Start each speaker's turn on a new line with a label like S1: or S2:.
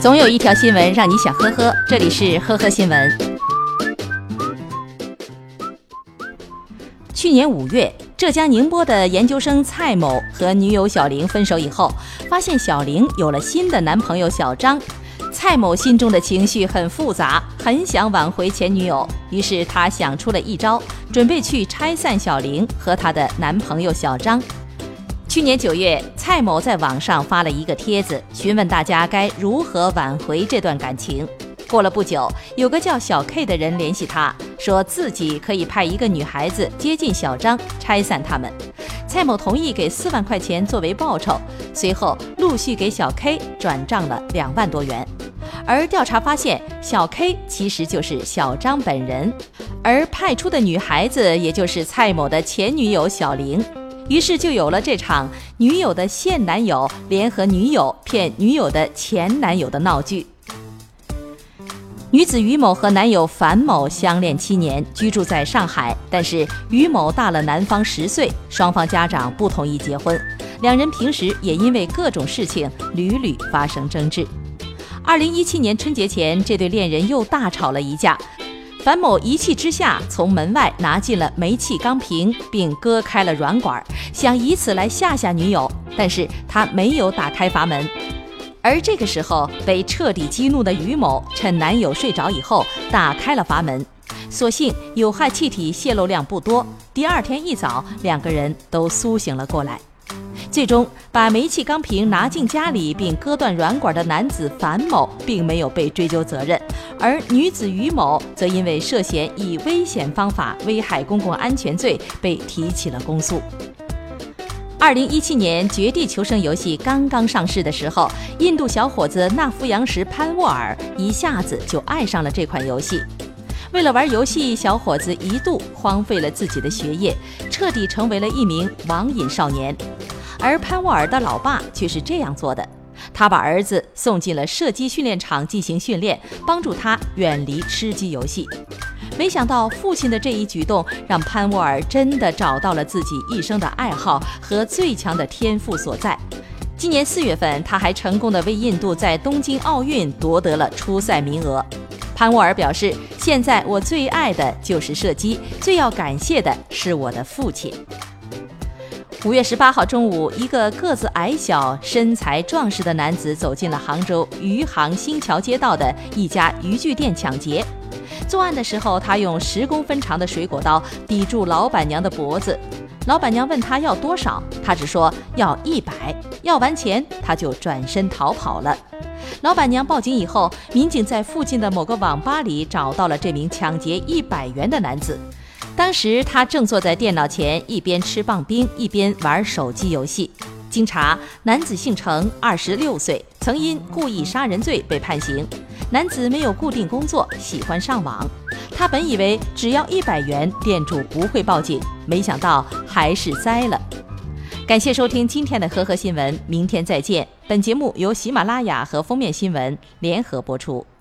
S1: 总有一条新闻让你想呵呵，这里是呵呵新闻。去年5月，浙江宁波的研究生蔡某和女友小玲分手以后，发现小玲有了新的男朋友小张。蔡某心中的情绪很复杂，很想挽回前女友，于是他想出了一招，准备去拆散小玲和她的男朋友小张。去年9月，蔡某在网上发了一个帖子，询问大家该如何挽回这段感情。过了不久，有个叫小 K 的人联系他，说自己可以派一个女孩子接近小张，拆散他们。蔡某同意给4万块钱作为报酬，随后陆续给小 K 转账了2万多元。而调查发现，小 K 其实就是小张本人，而派出的女孩子也就是蔡某的前女友小玲。于是就有了这场女友的现男友联合女友骗女友的前男友的闹剧。女子于某和男友樊某相恋7年，居住在上海，但是于某大了男方10岁，双方家长不同意结婚，两人平时也因为各种事情屡屡发生争执。2017年春节前，这对恋人又大吵了一架。樊某一气之下从门外拿进了煤气钢瓶，并割开了软管，想以此来吓吓女友，但是他没有打开阀门。而这个时候，被彻底激怒的于某趁男友睡着以后打开了阀门，所幸有害气体泄漏量不多，第2天一早2个人都苏醒了过来。最终把煤气钢瓶拿进家里并割断软管的男子樊某并没有被追究责任，而女子于某则因为涉嫌以危险方法危害公共安全罪被提起了公诉。2017年绝地求生游戏刚刚上市的时候，印度小伙子纳夫扬什潘沃尔一下子就爱上了这款游戏。为了玩游戏，小伙子一度荒废了自己的学业，彻底成为了一名网瘾少年。而潘沃尔的老爸却是这样做的，他把儿子送进了射击训练场进行训练，帮助他远离吃鸡游戏。没想到父亲的这一举动让潘沃尔真的找到了自己一生的爱好和最强的天赋所在。今年4月份，他还成功地为印度在东京奥运夺得了初赛名额。潘沃尔表示，现在我最爱的就是射击，最要感谢的是我的父亲。5月18号中午，一个个子矮小、身材壮实的男子走进了杭州余杭新桥街道的一家渔具店抢劫。作案的时候，他用10公分长的水果刀抵住老板娘的脖子。老板娘问他要多少，他只说要100，要完钱他就转身逃跑了。老板娘报警以后，民警在附近的某个网吧里找到了这名抢劫100元的男子。当时他正坐在电脑前，一边吃棒冰一边玩手机游戏。经查，男子姓程，26岁，曾因故意杀人罪被判刑。男子没有固定工作，喜欢上网。他本以为只要100元，店主不会报警，没想到还是栽了。感谢收听今天的呵呵新闻，明天再见。本节目由喜马拉雅和封面新闻联合播出。